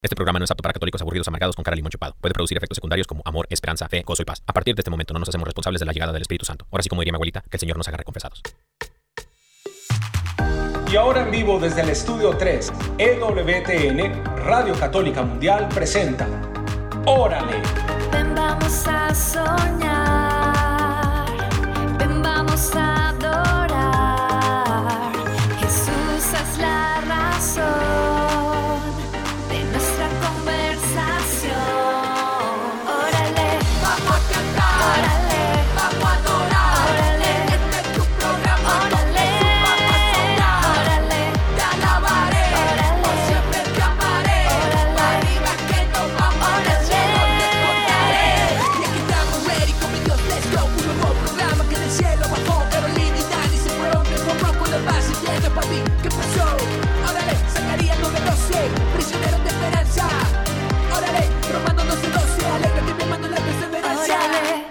Este programa no es apto para católicos aburridos amargados con cara de limón chupado. Puede producir efectos secundarios como amor, esperanza, fe, gozo y paz. A partir de este momento no nos hacemos responsables de la llegada del Espíritu Santo. Ahora sí, como diría mi abuelita, que el Señor nos haga reconfesados. Y ahora en vivo desde el Estudio 3, EWTN, Radio Católica Mundial presenta Órale. Ven, vamos a soñar, ven, vamos a adorar. Jesús es la razón de nuestra conversación. Órale, vamos a cantar, órale, vamos a adorar, órale, este es tu programa, órale, vamos a soñar, órale, te alabaré, órale, por siempre te amaré, órale, arriba que nos vamos, órale, cielo te contaré. Y aquí estamos ready con mi Dios, let's go, un nuevo programa que del cielo bajó. Carolina y Dani se fueron, me formó con el base y viene para mí. ¿Qué pasó? Órale, Zacarías 9:12, prisioneros de esperanza. Órale, Romano 12:12, alégrate mi hermano en la perseverancia. Órale.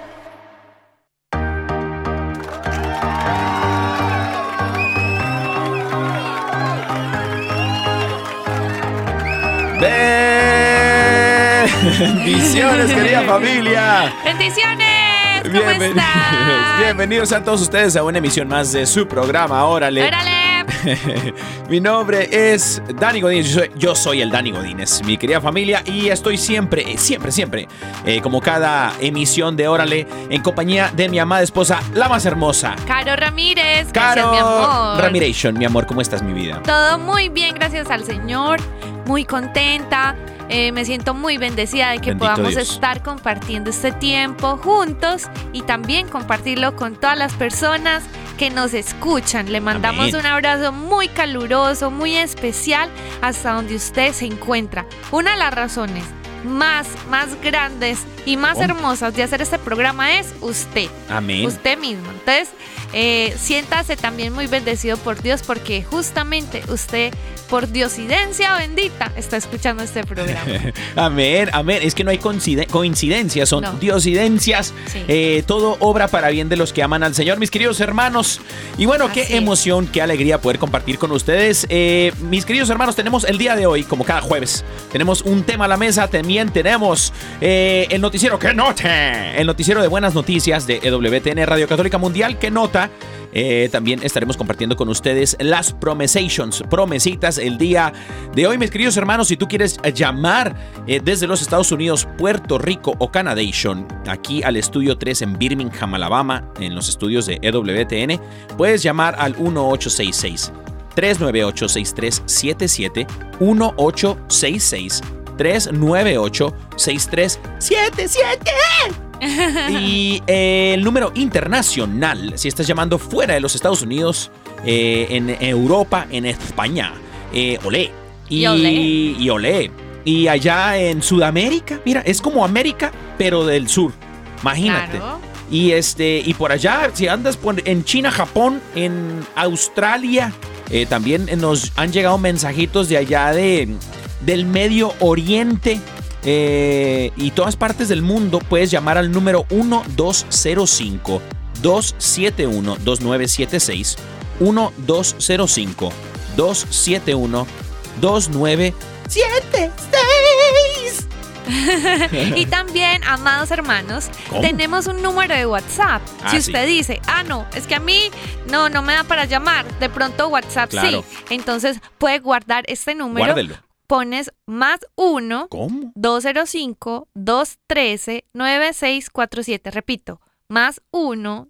Bendiciones, querida familia. ¡Bendiciones! ¿Cómo estás? Bienvenidos a todos ustedes a una emisión más de su programa Órale. ¡Órale! Mi nombre es Dani Godínez. Yo soy el Dani Godínez, mi querida familia, y estoy siempre, como cada emisión de Órale, en compañía de mi amada esposa, la más hermosa, Caro Ramírez. Caro Gracias, mi amor. Ramiration. Mi amor, ¿cómo estás, mi vida? Todo muy bien, gracias al Señor. Muy contenta. Me siento muy bendecida de que Bendito podamos Dios. estar compartiendo este tiempo juntos y también compartirlo con todas las personas que nos escuchan. Le mandamos Amén. un abrazo muy caluroso, muy especial hasta donde usted se encuentra. Una de las razones más grandes y más hermosas de hacer este programa es usted. Amén. Usted mismo. Entonces, siéntase también muy bendecido por Dios, porque justamente usted, por diosidencia bendita, está escuchando este programa. Amén, amén. Es que no hay coincidencias, son No. diosidencias. Sí. Todo obra para bien de los que aman al Señor, mis queridos hermanos. Y bueno, Así qué es. emoción, qué alegría poder compartir con ustedes. Mis queridos hermanos, tenemos el día de hoy, como cada jueves, tenemos un tema a la mesa. También tenemos el noticiero Que Note, el noticiero de buenas noticias de EWTN Radio Católica Mundial, Que Nota. También estaremos compartiendo con ustedes las promesitas el día de hoy, mis queridos hermanos. Si tú quieres llamar desde los Estados Unidos, Puerto Rico o Canadation, aquí al Estudio 3 en Birmingham, Alabama, en los estudios de EWTN, puedes llamar al 1866-398-6377, 1866-398-6377. Y el número internacional, si estás llamando fuera de los Estados Unidos, en Europa, en España, olé. Y olé. Y olé. Y allá en Sudamérica, mira, es como América, pero del sur. Imagínate. Claro. Y por allá, si andas en China, Japón, en Australia, también nos han llegado mensajitos de allá del Medio Oriente. Y todas partes del mundo. Puedes llamar al número 1205-271-2976, 1205-271-2976. Y también, amados hermanos, ¿Cómo? tenemos un número de WhatsApp. Ah, Si sí. usted dice, no, es que a mí no me da para llamar, de pronto WhatsApp Claro. sí. Entonces puede guardar este número. Guárdelo. Pones +1 ¿Cómo? 205-213-9647. Repito, +1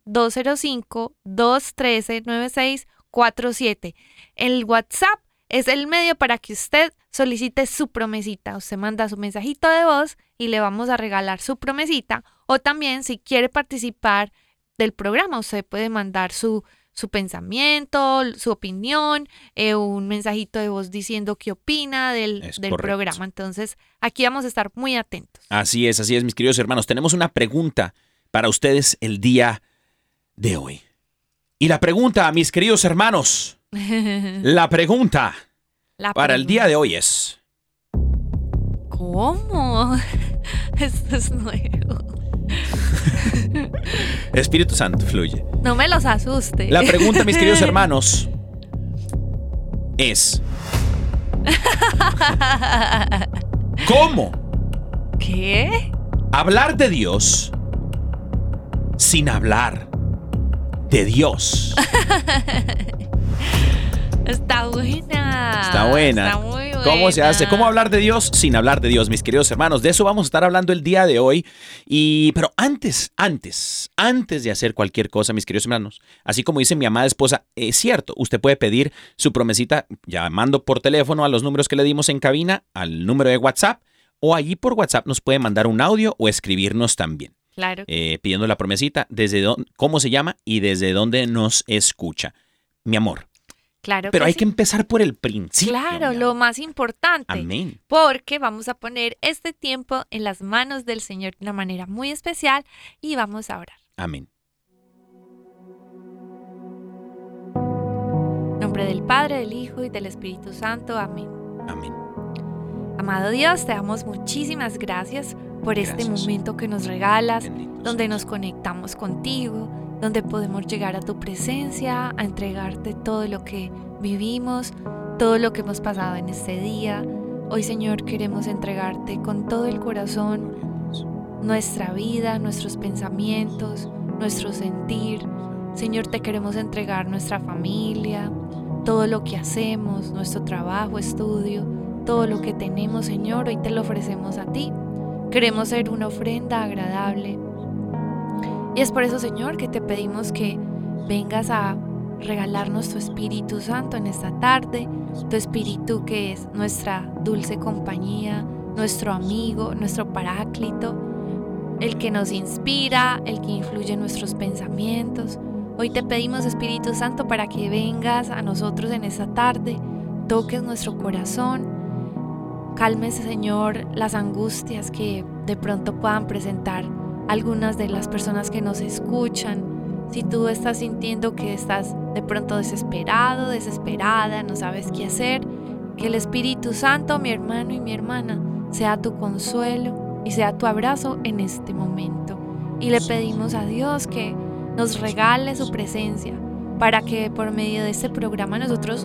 205-213-9647. El WhatsApp es el medio para que usted solicite su promesita. Usted manda su mensajito de voz y le vamos a regalar su promesita. O también, si quiere participar del programa, usted puede mandar su pensamiento, su opinión, un mensajito de voz diciendo qué opina del correcto. programa. Entonces, aquí vamos a estar muy atentos. Así es, mis queridos hermanos. Tenemos una pregunta para ustedes el día de hoy. Y la pregunta, mis queridos hermanos, la pregunta para el día de hoy es... ¿Cómo? Esto es nuevo. Espíritu Santo, fluye. No me los asuste. La pregunta, mis queridos hermanos, es... ¿Cómo ¿Qué? hablar de Dios sin hablar de Dios? Está buena. Está buena. Está muy buena. ¿Cómo se hace? ¿Cómo hablar de Dios sin hablar de Dios, mis queridos hermanos? De eso vamos a estar hablando el día de hoy. Pero antes de hacer cualquier cosa, mis queridos hermanos, así como dice mi amada esposa, es cierto, usted puede pedir su promesita llamando por teléfono a los números que le dimos en cabina, al número de WhatsApp, o allí por WhatsApp nos puede mandar un audio o escribirnos también. Claro. Pidiendo la promesita, cómo se llama y desde dónde nos escucha. Mi amor. Claro. Pero que hay sí. que empezar por el principio. Claro, mi lo amor. más importante. Amén. Porque vamos a poner este tiempo en las manos del Señor de una manera muy especial y vamos a orar. Amén. En nombre del Padre, del Hijo y del Espíritu Santo. Amén. Amén. Amado Dios, te damos muchísimas gracias por este Gracias. momento que nos regalas, Bendito donde seas. nos conectamos contigo, donde podemos llegar a tu presencia, a entregarte todo lo que vivimos, todo lo que hemos pasado en este día. Hoy, Señor, queremos entregarte con todo el corazón nuestra vida, nuestros pensamientos, nuestro sentir. Señor, te queremos entregar nuestra familia, todo lo que hacemos, nuestro trabajo, estudio, todo lo que tenemos, Señor, hoy te lo ofrecemos a ti. Queremos ser una ofrenda agradable. Y es por eso, Señor, que te pedimos que vengas a regalarnos tu Espíritu Santo en esta tarde, tu Espíritu que es nuestra dulce compañía, nuestro amigo, nuestro paráclito, el que nos inspira, el que influye en nuestros pensamientos. Hoy te pedimos, Espíritu Santo, para que vengas a nosotros en esta tarde, toques nuestro corazón, calmes, Señor, las angustias que de pronto puedan presentar algunas de las personas que nos escuchan. Si tú estás sintiendo que estás de pronto desesperado, desesperada, no sabes qué hacer, que el Espíritu Santo, mi hermano y mi hermana, sea tu consuelo y sea tu abrazo en este momento. Y le pedimos a Dios que nos regale su presencia para que por medio de este programa nosotros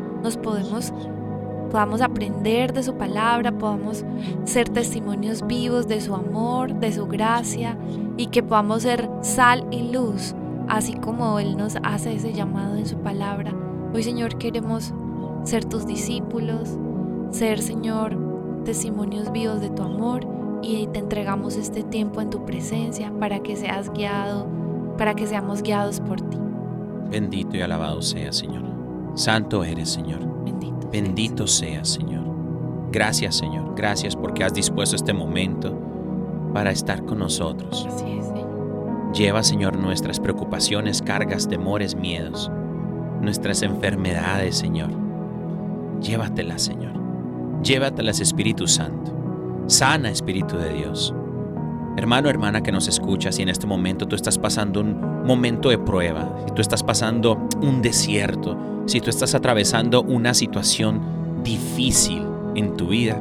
podamos aprender de su palabra, podamos ser testimonios vivos de su amor, de su gracia, y que podamos ser sal y luz, así como Él nos hace ese llamado en su palabra. Hoy, Señor, queremos ser tus discípulos, ser, Señor, testimonios vivos de tu amor, y te entregamos este tiempo en tu presencia para que seas guiado, para que seamos guiados por ti. Bendito y alabado seas, Señor. Santo eres, Señor. Bendito. Bendito seas, Señor. Gracias, Señor. Gracias porque has dispuesto este momento para estar con nosotros. Así es, Señor. Lleva, Señor, nuestras preocupaciones, cargas, temores, miedos, nuestras enfermedades, Señor. Llévatelas, Señor. Llévatelas, Espíritu Santo. Sana, Espíritu de Dios. Hermano, hermana que nos escuchas, y en este momento tú estás pasando un momento de prueba, si tú estás pasando un desierto, si tú estás atravesando una situación difícil en tu vida,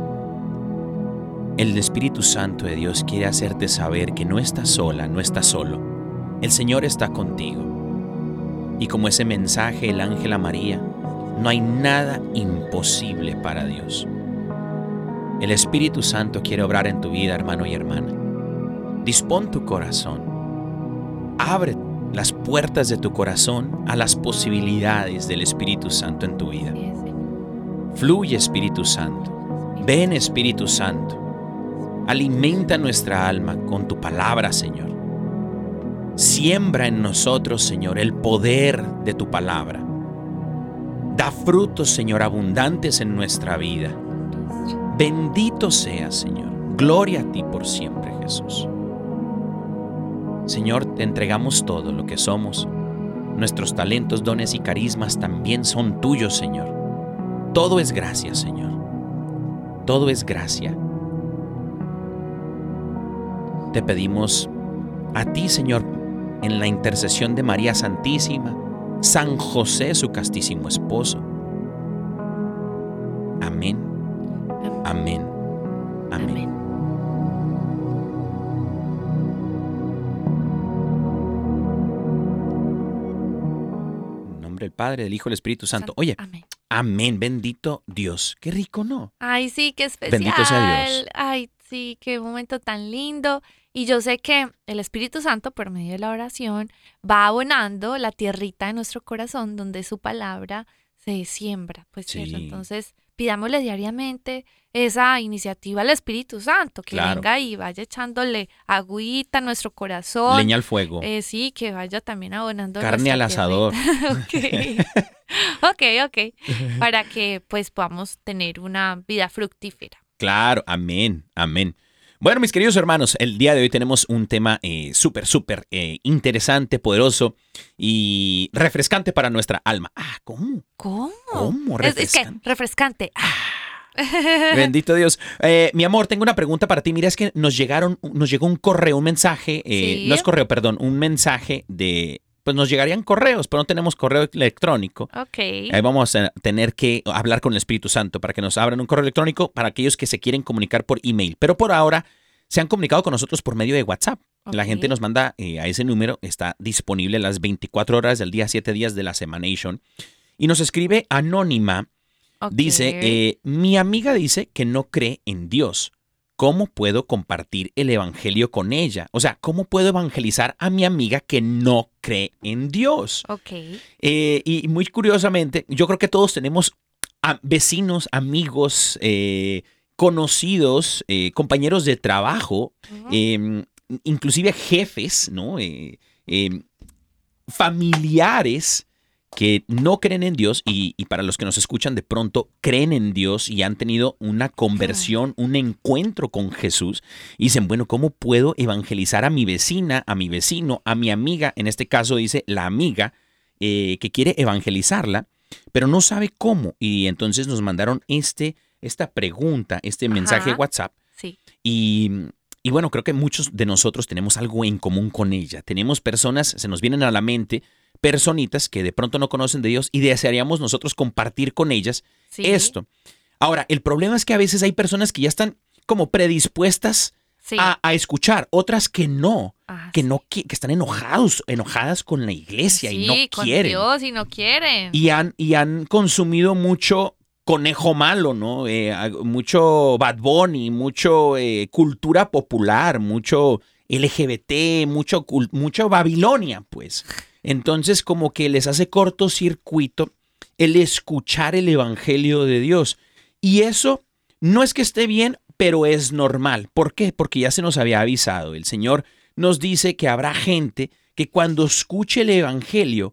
el Espíritu Santo de Dios quiere hacerte saber que no estás sola, no estás solo. El Señor está contigo. Y como ese mensaje el ángel a María, no hay nada imposible para Dios. El Espíritu Santo quiere obrar en tu vida, hermano y hermana. Dispón tu corazón. Abre las puertas de tu corazón a las posibilidades del Espíritu Santo en tu vida. Así es, Señor. Fluye, Espíritu Santo. Ven, Espíritu Santo. Alimenta nuestra alma con tu palabra, Señor. Siembra en nosotros, Señor, el poder de tu palabra. Da frutos, Señor, abundantes en nuestra vida. Bendito seas, Señor. Gloria a ti por siempre, Jesús. Señor, te entregamos todo lo que somos. Nuestros talentos, dones y carismas también son tuyos, Señor. Todo es gracia, Señor. Todo es gracia. Te pedimos a ti, Señor, en la intercesión de María Santísima, San José, su castísimo esposo. Amén. Amén. Amén. Amén. En nombre del Padre, del Hijo y del Espíritu Santo. Oye, Amén. Amén, bendito Dios. Qué rico, ¿no? Ay, sí, qué especial. Bendito sea Dios. Ay, sí, qué momento tan lindo. Y yo sé que el Espíritu Santo, por medio de la oración, va abonando la tierrita de nuestro corazón donde su palabra se siembra. Pues Sí. cierto, entonces pidámosle diariamente esa iniciativa al Espíritu Santo, que Claro. venga y vaya echándole agüita a nuestro corazón. Leña al fuego. Sí, que vaya también abonando Carne al nuestra asador. tierrita. Ok. Para que pues podamos tener una vida fructífera. Claro, amén, amén. Bueno, mis queridos hermanos, el día de hoy tenemos un tema súper interesante, poderoso y refrescante para nuestra alma. ¿Cómo? ¿Cómo? ¿Cómo? Es que Refrescante. refrescante. Bendito Dios. Mi amor, tengo una pregunta para ti. Mira, es que nos llegó un correo, un mensaje, Sí. no es correo, perdón, un mensaje de, pues nos llegarían correos, pero no tenemos correo electrónico. Ok. Ahí vamos a tener que hablar con el Espíritu Santo para que nos abran un correo electrónico para aquellos que se quieren comunicar por email. Pero por ahora se han comunicado con nosotros por medio de WhatsApp. La Ok. gente nos manda a ese número, está disponible las 24 horas del día, 7 días de la Semanation. Y nos escribe anónima. Ok. Dice, mi amiga dice que no cree en Dios. ¿Cómo puedo compartir el evangelio con ella? O sea, ¿cómo puedo evangelizar a mi amiga que no cree en Dios? Ok. Y muy curiosamente, yo creo que todos tenemos vecinos, amigos, conocidos, compañeros de trabajo, inclusive jefes, ¿no? Familiares que no creen en Dios y para los que nos escuchan de pronto creen en Dios y han tenido una conversión, un encuentro con Jesús y dicen, bueno, ¿cómo puedo evangelizar a mi vecina, a mi vecino, a mi amiga? En este caso dice la amiga que quiere evangelizarla, pero no sabe cómo. Y entonces nos mandaron esta pregunta, este mensaje de Ajá. WhatsApp. Sí. Y bueno, creo que muchos de nosotros tenemos algo en común con ella. Tenemos personas, se nos vienen a la mente personitas que de pronto no conocen de Dios y desearíamos nosotros compartir con ellas Sí. esto. Ahora, el problema es que a veces hay personas que ya están como predispuestas Sí. a escuchar, otras que no, Ah, que sí. no que están enojadas con la iglesia y no Sí, con quieren. Dios y no quieren. Y han consumido mucho conejo malo, ¿no? Mucho Bad Bunny, mucho cultura popular, mucho LGBT, mucho Babilonia, pues. Entonces como que les hace cortocircuito el escuchar el evangelio de Dios. Y eso no es que esté bien, pero es normal. ¿Por qué? Porque ya se nos había avisado. El Señor nos dice que habrá gente que cuando escuche el evangelio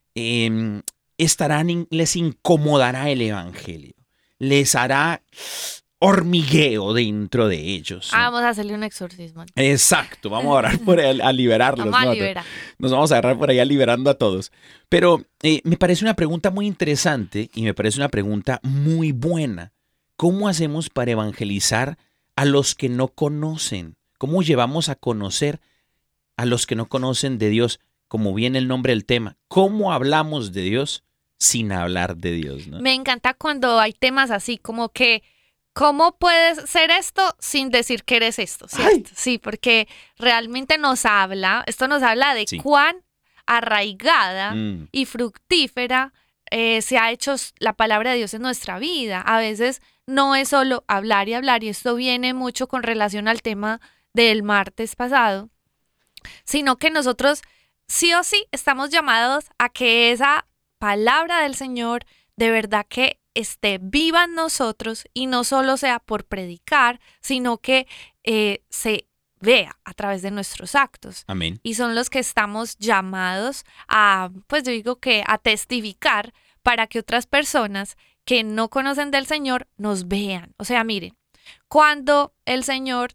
les incomodará el evangelio, les hará hormigueo dentro de ellos, ¿no? Vamos a hacerle un exorcismo. Exacto, vamos a orar por él, a liberarlos. Vamos a ¿no? liberar. Nos vamos a agarrar por allá liberando a todos. Pero me parece una pregunta muy interesante y me parece una pregunta muy buena. ¿Cómo hacemos para evangelizar a los que no conocen? ¿Cómo llevamos a conocer a los que no conocen de Dios? Como viene el nombre del tema, ¿cómo hablamos de Dios sin hablar de Dios, ¿no? Me encanta cuando hay temas así como que, ¿cómo puedes ser esto sin decir que eres esto? ¿Cierto? Ay. Sí, porque realmente esto nos habla de Sí. cuán arraigada Mm, y fructífera se ha hecho la palabra de Dios en nuestra vida. A veces no es solo hablar y esto viene mucho con relación al tema del martes pasado, sino que nosotros sí o sí estamos llamados a que esa palabra del Señor de verdad que esté viva en nosotros y no solo sea por predicar, sino que se vea a través de nuestros actos. amén. Y son los que estamos llamados a, pues yo digo que a testificar para que otras personas que no conocen del Señor nos vean. O sea, miren, cuando el Señor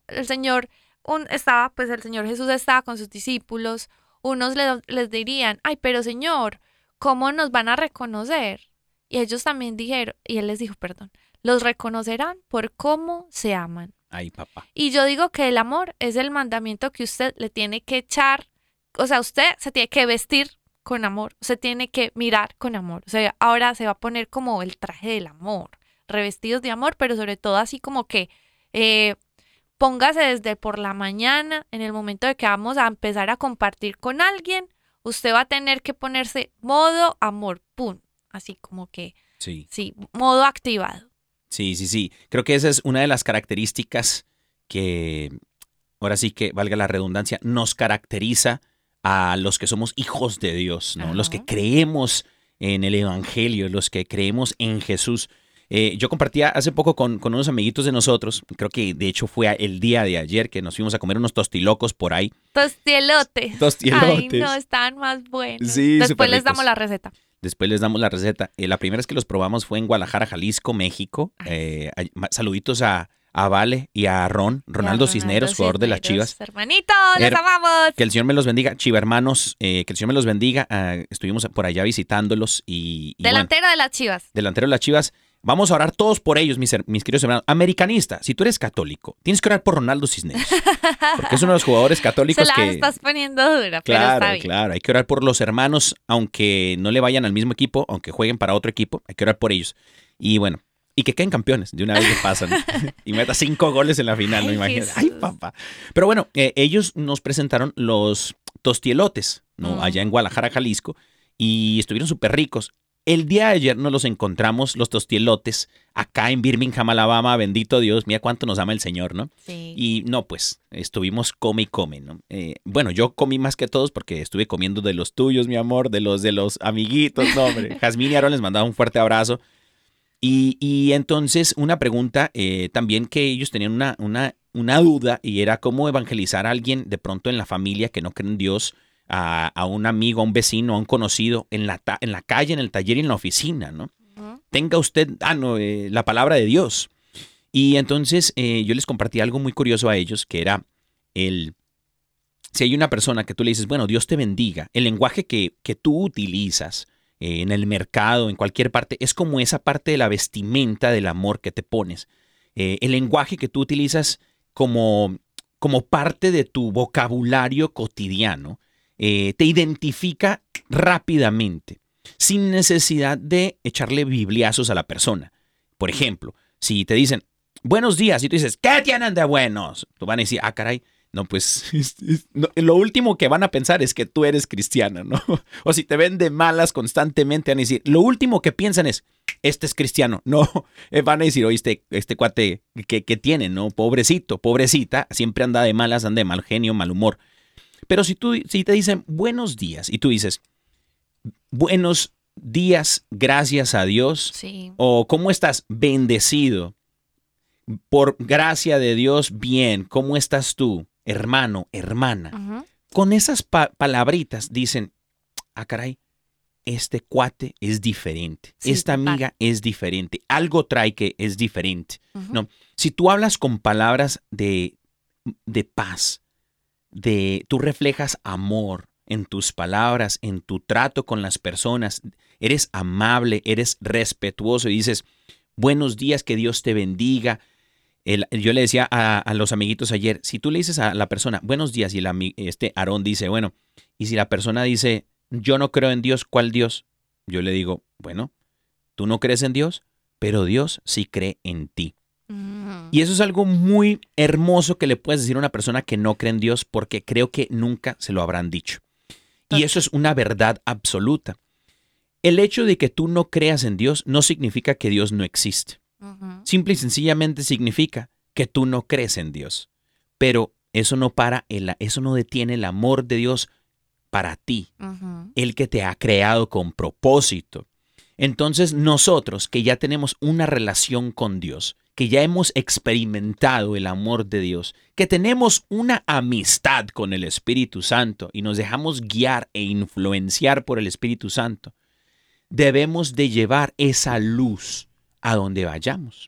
Jesús estaba con sus discípulos, unos les dirían, ay, pero Señor, ¿cómo nos van a reconocer? Y ellos también dijeron, y Él les dijo, perdón, los reconocerán por cómo se aman. Ay, papá. Y yo digo que el amor es el mandamiento que usted le tiene que echar, o sea, usted se tiene que vestir con amor, se tiene que mirar con amor. O sea, ahora se va a poner como el traje del amor, revestidos de amor, pero sobre todo así como que póngase desde por la mañana, en el momento de que vamos a empezar a compartir con alguien, usted va a tener que ponerse modo amor, pum, así como que Sí. Sí, modo activado. Sí. Creo que esa es una de las características que, ahora sí que, valga la redundancia, nos caracteriza a los que somos hijos de Dios, ¿no? Ajá. Los que creemos en el Evangelio, los que creemos en Jesús. Yo compartía hace poco con unos amiguitos de nosotros, creo que de hecho fue el día de ayer que nos fuimos a comer unos tostilocos por ahí. Tostielotes. Tostielotes. Ay, no, estaban más buenos. Sí, Después súper les ricos. damos la receta. Después les damos la receta. La primera vez que los probamos fue en Guadalajara, Jalisco, México. Saluditos a Vale y a Ronaldo Cisneros, jugador de las Chivas. Hermanitos, les amamos. Que el Señor me los bendiga, Chiva hermanos, que el Señor me los bendiga. Estuvimos por allá visitándolos y Delantero bueno, de las Chivas. delantero de las Chivas. Vamos a orar todos por ellos, mis queridos hermanos. Americanista, si tú eres católico, tienes que orar por Ronaldo Cisneros. Porque es uno de los jugadores católicos Se la que... estás poniendo dura, pero está bien. Claro. Hay que orar por los hermanos, aunque no le vayan al mismo equipo, aunque jueguen para otro equipo, hay que orar por ellos. Y bueno, y que queden campeones, de una vez que pasan. Y meta 5 goles en la final, ¿no? Imagínate. Ay, papá. Pero bueno, ellos nos presentaron los tostielotes, ¿no? Allá en Guadalajara, Jalisco, y estuvieron súper ricos. El día de ayer nos los encontramos, los tostielotes, acá en Birmingham, Alabama. Bendito Dios, mira cuánto nos ama el Señor, ¿no? Sí. Y no, pues, estuvimos come y come, ¿no? Bueno, yo comí más que todos porque estuve comiendo de los tuyos, mi amor, de los amiguitos, no, hombre. Jazmín y Aaron les mandaba un fuerte abrazo. Y entonces, una pregunta también que ellos tenían una duda, y era cómo evangelizar a alguien de pronto en la familia que no cree en Dios, a un amigo, a un vecino, a un conocido, en la calle, en el taller y en la oficina, ¿no? Tenga usted, la palabra de Dios. Y entonces yo les compartí algo muy curioso a ellos, que era si hay una persona que tú le dices, bueno, Dios te bendiga, el lenguaje que tú utilizas en el mercado, en cualquier parte, es como esa parte de la vestimenta del amor que te pones. El lenguaje que tú utilizas como parte de tu vocabulario cotidiano, te identifica rápidamente, sin necesidad de echarle bibliazos a la persona. Por ejemplo, si te dicen, buenos días, y tú dices, ¿qué tienen de buenos? Tú van a decir, caray, no, pues no, lo último que van a pensar es que tú eres cristiana, ¿no? O si te ven de malas constantemente, van a decir, lo último que piensan es, este es cristiano. No, van a decir, oye, este cuate, ¿qué tiene, no? Pobrecito, pobrecita, siempre anda de malas, anda de mal genio, mal humor. Pero si te dicen buenos días y tú dices buenos días, gracias a Dios, Sí. o ¿cómo estás? Bendecido. Por gracia de Dios, bien. ¿Cómo estás tú, hermano, hermana? Ujú. Con esas palabritas dicen, caray, este cuate es diferente. Sí, Esta total. amiga es diferente. Algo trae que es diferente. Ujú. ¿No? Si tú hablas con palabras de paz, tú reflejas amor en tus palabras, en tu trato con las personas, eres amable, eres respetuoso y dices, buenos días, que Dios te bendiga. Yo le decía a los amiguitos ayer, si tú le dices a la persona, buenos días, y Aarón dice, bueno, y si la persona dice, yo no creo en Dios, ¿cuál Dios? Yo le digo, bueno, tú no crees en Dios, pero Dios sí cree en ti. Y eso es algo muy hermoso que le puedes decir a una persona que no cree en Dios, porque creo que nunca se lo habrán dicho. Y eso es una verdad absoluta. El hecho de que tú no creas en Dios no significa que Dios no existe. Ujú. Simple y sencillamente significa que tú no crees en Dios. Pero eso no detiene el amor de Dios para ti, Ujú. el que te ha creado con propósito. Entonces nosotros que ya tenemos una relación con Dios, que ya hemos experimentado el amor de Dios, que tenemos una amistad con el Espíritu Santo y nos dejamos guiar e influenciar por el Espíritu Santo, debemos de llevar esa luz a donde vayamos.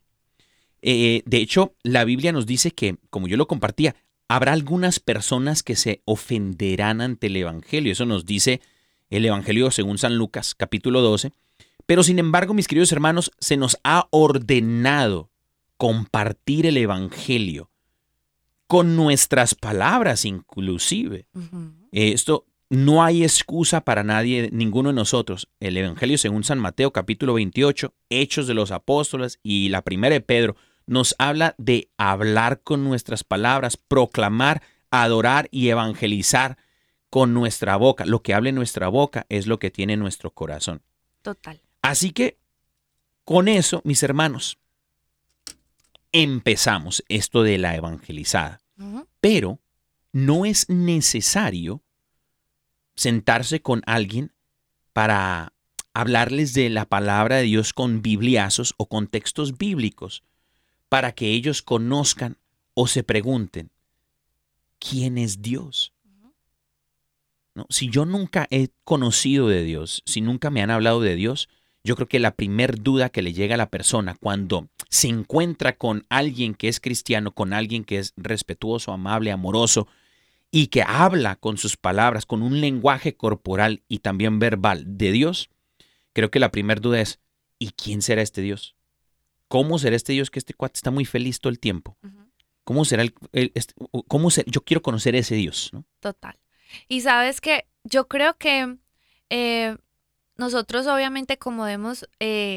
De hecho, la Biblia nos dice que, como yo lo compartía, habrá algunas personas que se ofenderán ante el Evangelio. Eso nos dice el Evangelio según San Lucas, capítulo 12. Pero sin embargo, mis queridos hermanos, se nos ha ordenado compartir el Evangelio con nuestras palabras inclusive. Ujú. Esto no hay excusa para nadie, ninguno de nosotros. El Evangelio según San Mateo, capítulo 28, Hechos de los Apóstoles y la primera de Pedro, nos habla de hablar con nuestras palabras, proclamar, adorar y evangelizar con nuestra boca. Lo que hable nuestra boca es lo que tiene nuestro corazón. Total. Así que Con eso, mis hermanos, empezamos esto de la evangelizada. Ujú. Pero no es necesario sentarse con alguien para hablarles de la palabra de Dios con bibliazos o con textos bíblicos, para que ellos conozcan o se pregunten, ¿quién es Dios? ¿No? Si yo nunca he conocido de Dios, si nunca me han hablado de Dios, yo creo que la primer duda que le llega a la persona cuando se encuentra con alguien que es cristiano, con alguien que es respetuoso, amable, amoroso y que habla con sus palabras, con un lenguaje corporal y también verbal de Dios, creo que la primera duda es, ¿y quién será este Dios? ¿Cómo será este Dios que este cuate está muy feliz todo el tiempo? Ujú. ¿Cómo será yo quiero conocer ese Dios, ¿no? Total. Y sabes que yo creo que nosotros obviamente como debemos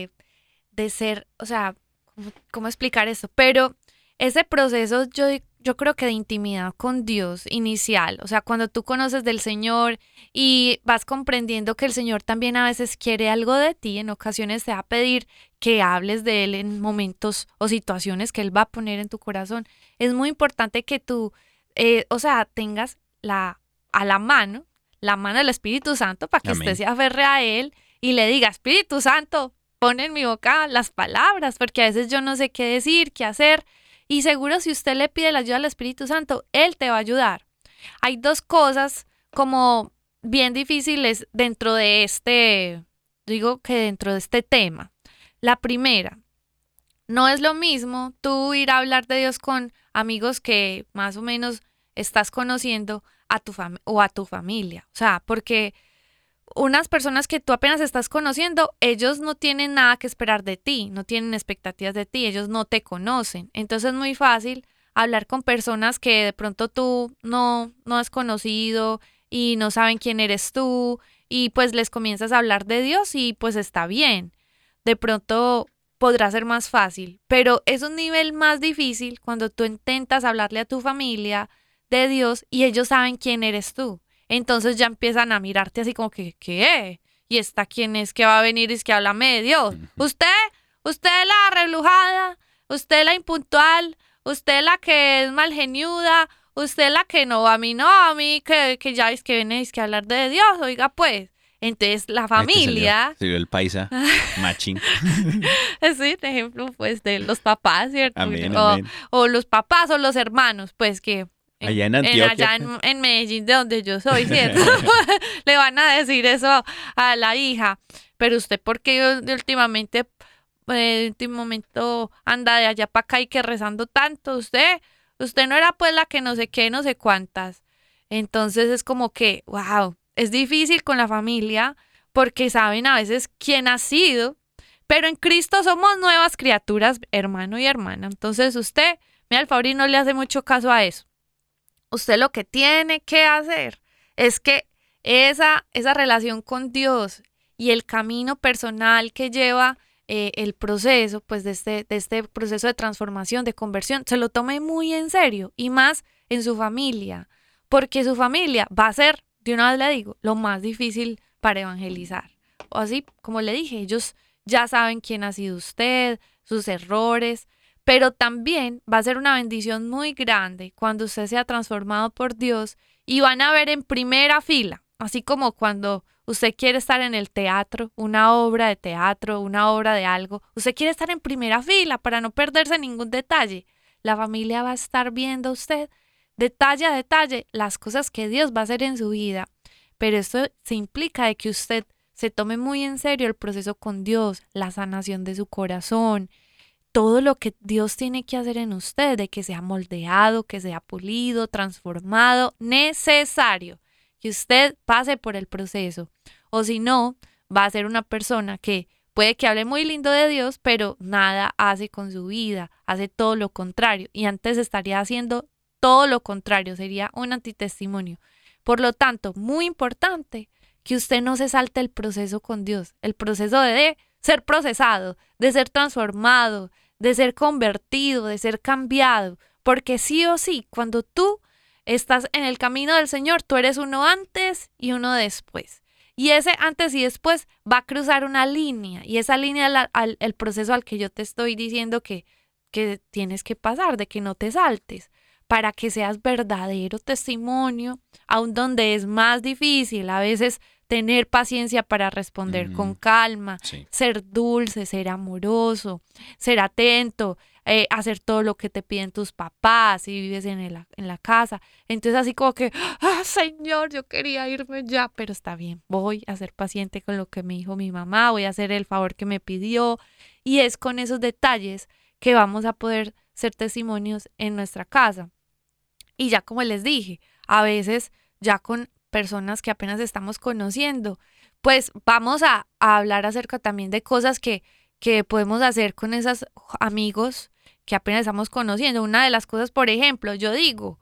de ser, o sea, ¿cómo explicar esto? Pero ese proceso yo creo que de intimidad con Dios inicial, o sea, cuando tú conoces del Señor y vas comprendiendo que el Señor también a veces quiere algo de ti, en ocasiones te va a pedir que hables de Él en momentos o situaciones que Él va a poner en tu corazón. Es muy importante que tú, o sea, tengas a la mano del Espíritu Santo para que Amén. usted se aferre a Él y le diga, Espíritu Santo, pon en mi boca las palabras, porque a veces yo no sé qué decir, qué hacer. Y seguro si usted le pide la ayuda al Espíritu Santo, Él te va a ayudar. Hay dos cosas como bien difíciles dentro de dentro de este tema. La primera, no es lo mismo tú ir a hablar de Dios con amigos que más o menos estás conociendo a tu familia. O sea, porque unas personas que tú apenas estás conociendo, ellos no tienen nada que esperar de ti, no tienen expectativas de ti, ellos no te conocen. Entonces es muy fácil hablar con personas que de pronto tú no has conocido y no saben quién eres tú y pues les comienzas a hablar de Dios y pues está bien. De pronto podrá ser más fácil, pero es un nivel más difícil cuando tú intentas hablarle a tu familia de Dios y ellos saben quién eres tú. Entonces ya empiezan a mirarte así como que, ¿qué? ¿Y esta quién es que va a venir y es que háblame de Dios? Usted la relujada, usted la impuntual, usted la que es malgeniuda, usted la que no, a mí que ya es que viene es que hablar de Dios, oiga pues. Entonces la familia, Se vio el paisa, machín. es un ejemplo pues de los papás, ¿cierto? Amén, o, amén. o los papás o los hermanos, pues que Allá en Antioquia. en Medellín, de donde yo soy, ¿cierto? Le van a decir eso a la hija. Pero usted, ¿por qué últimamente anda de allá para acá y que rezando tanto? Usted no era pues la que no sé qué, no sé cuántas. Entonces es como que, wow, es difícil con la familia porque saben a veces quién ha sido. Pero en Cristo somos nuevas criaturas, hermano y hermana. Entonces usted, mira, el Fabri no le hace mucho caso a eso. Usted lo que tiene que hacer es que esa relación con Dios y el camino personal que lleva el proceso, pues de este proceso de transformación, de conversión, se lo tome muy en serio y más en su familia, porque su familia va a ser, de una vez le digo, lo más difícil para evangelizar. O así, como le dije, ellos ya saben quién ha sido usted, sus errores, pero también va a ser una bendición muy grande cuando usted sea transformado por Dios y van a ver en primera fila, así como cuando usted quiere estar en el teatro, una obra de teatro, una obra de algo, usted quiere estar en primera fila para no perderse ningún detalle. La familia va a estar viendo a usted detalle a detalle las cosas que Dios va a hacer en su vida, pero esto se implica de que usted se tome muy en serio el proceso con Dios, la sanación de su corazón, todo lo que Dios tiene que hacer en usted, de que sea moldeado, que sea pulido, transformado, necesario, que usted pase por el proceso. O si no, va a ser una persona que puede que hable muy lindo de Dios, pero nada hace con su vida, hace todo lo contrario. Y antes estaría haciendo todo lo contrario, sería un antitestimonio. Por lo tanto, muy importante que usted no se salte el proceso con Dios, el proceso de ser procesado, de ser transformado, de ser convertido, de ser cambiado, porque sí o sí, cuando tú estás en el camino del Señor, tú eres uno antes y uno después. Y ese antes y después va a cruzar una línea. Y esa línea es el proceso al que yo te estoy diciendo que tienes que pasar, de que no te saltes, para que seas verdadero testimonio, aun donde es más difícil a veces tener paciencia para responder con calma, Sí. ser dulce, ser amoroso, ser atento, hacer todo lo que te piden tus papás si vives en la casa. Entonces así como que, Señor, yo quería irme ya, pero está bien, voy a ser paciente con lo que me dijo mi mamá, voy a hacer el favor que me pidió. Y es con esos detalles que vamos a poder ser testimonios en nuestra casa. Y ya como les dije, a veces ya con personas que apenas estamos conociendo, pues vamos a hablar acerca también de cosas que podemos hacer con esos amigos que apenas estamos conociendo. Una de las cosas, por ejemplo, yo digo,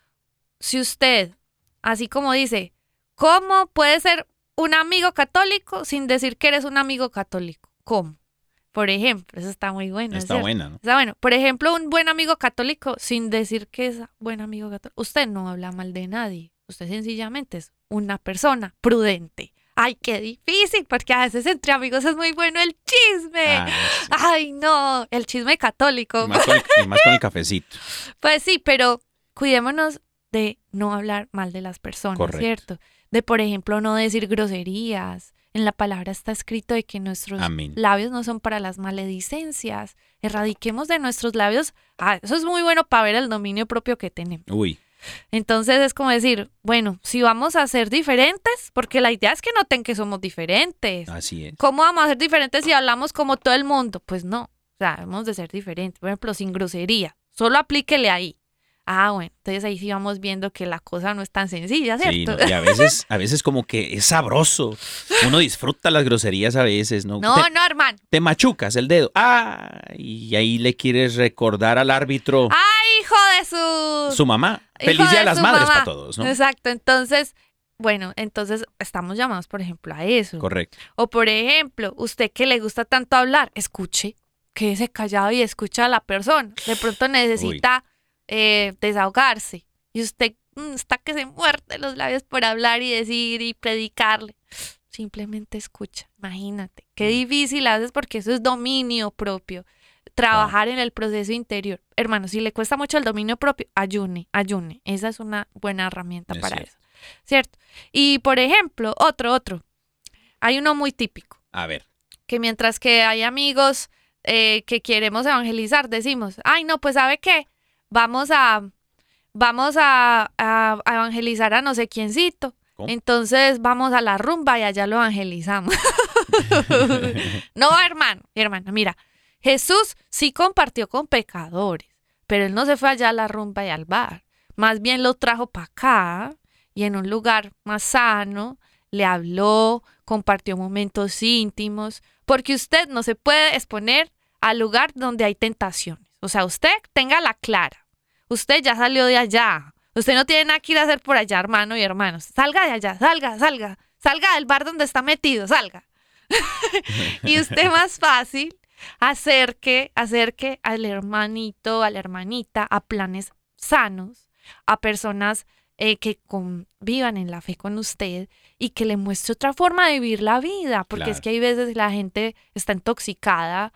si usted, así como dice, ¿cómo puedes ser un amigo católico sin decir que eres un amigo católico? ¿Cómo? Por ejemplo, eso está muy bueno. Está buena, ¿no? Está bueno. Por ejemplo, un buen amigo católico sin decir que es buen amigo católico. Usted no habla mal de nadie. Usted sencillamente es una persona prudente. Ay, qué difícil, porque a veces entre amigos es muy bueno el chisme. Sí. Ay, no, el chisme católico. Y más con el cafecito. Pues sí, pero cuidémonos de no hablar mal de las personas, Correcto. ¿cierto? De, por ejemplo, no decir groserías. En la palabra está escrito de que nuestros Amén. labios no son para las maledicencias. Erradiquemos de nuestros labios. Eso es muy bueno para ver el dominio propio que tenemos. Uy, Entonces es como decir, bueno, si vamos a ser diferentes, porque la idea es que noten que somos diferentes. así es. ¿Cómo vamos a ser diferentes si hablamos como todo el mundo? Pues no, o sea, debemos de ser diferentes. Por ejemplo, sin grosería, solo aplíquele ahí. Bueno, entonces ahí sí vamos viendo que la cosa no es tan sencilla, Sí, ¿cierto? ¿no? Y a veces como que es sabroso. Uno disfruta las groserías a veces, ¿no? No, no, hermano. Te machucas el dedo. Y ahí le quieres recordar al árbitro ¡Ay, hijo de su mamá. hijo Feliz Día de las su Madres mamá! para todos, ¿no? Exacto, entonces, bueno, entonces estamos llamados, por ejemplo, a eso. Correcto. O por ejemplo, usted que le gusta tanto hablar, escuche, quédese callado y escucha a la persona. De pronto necesita desahogarse y usted está que se muerde los labios por hablar y decir y predicarle. Simplemente escucha, imagínate. Qué difícil haces porque eso es dominio propio. Trabajar en el proceso interior. Hermano, si le cuesta mucho el dominio propio, ayune. Esa es una buena herramienta Es para cierto. eso. ¿Cierto? Y por ejemplo, otro. Hay uno muy típico, A ver. que mientras que hay amigos que queremos evangelizar, decimos, ay, no, pues ¿sabe qué? Vamos a evangelizar a no sé quiéncito. ¿Cómo? Entonces vamos a la rumba y allá lo evangelizamos. No, hermano, mira, Jesús sí compartió con pecadores, pero él no se fue allá a la rumba y al bar. Más bien lo trajo para acá y en un lugar más sano, le habló, compartió momentos íntimos, porque usted no se puede exponer al lugar donde hay tentaciones. O sea, usted téngala clara. Usted ya salió de allá. Usted no tiene nada que ir a hacer por allá, hermano y hermanos. Salga de allá, salga. Salga del bar donde está metido, salga. Y usted más fácil acerque al hermanito, a la hermanita, a planes sanos, a personas que convivan en la fe con usted y que le muestre otra forma de vivir la vida, porque es Claro. que hay veces la gente está intoxicada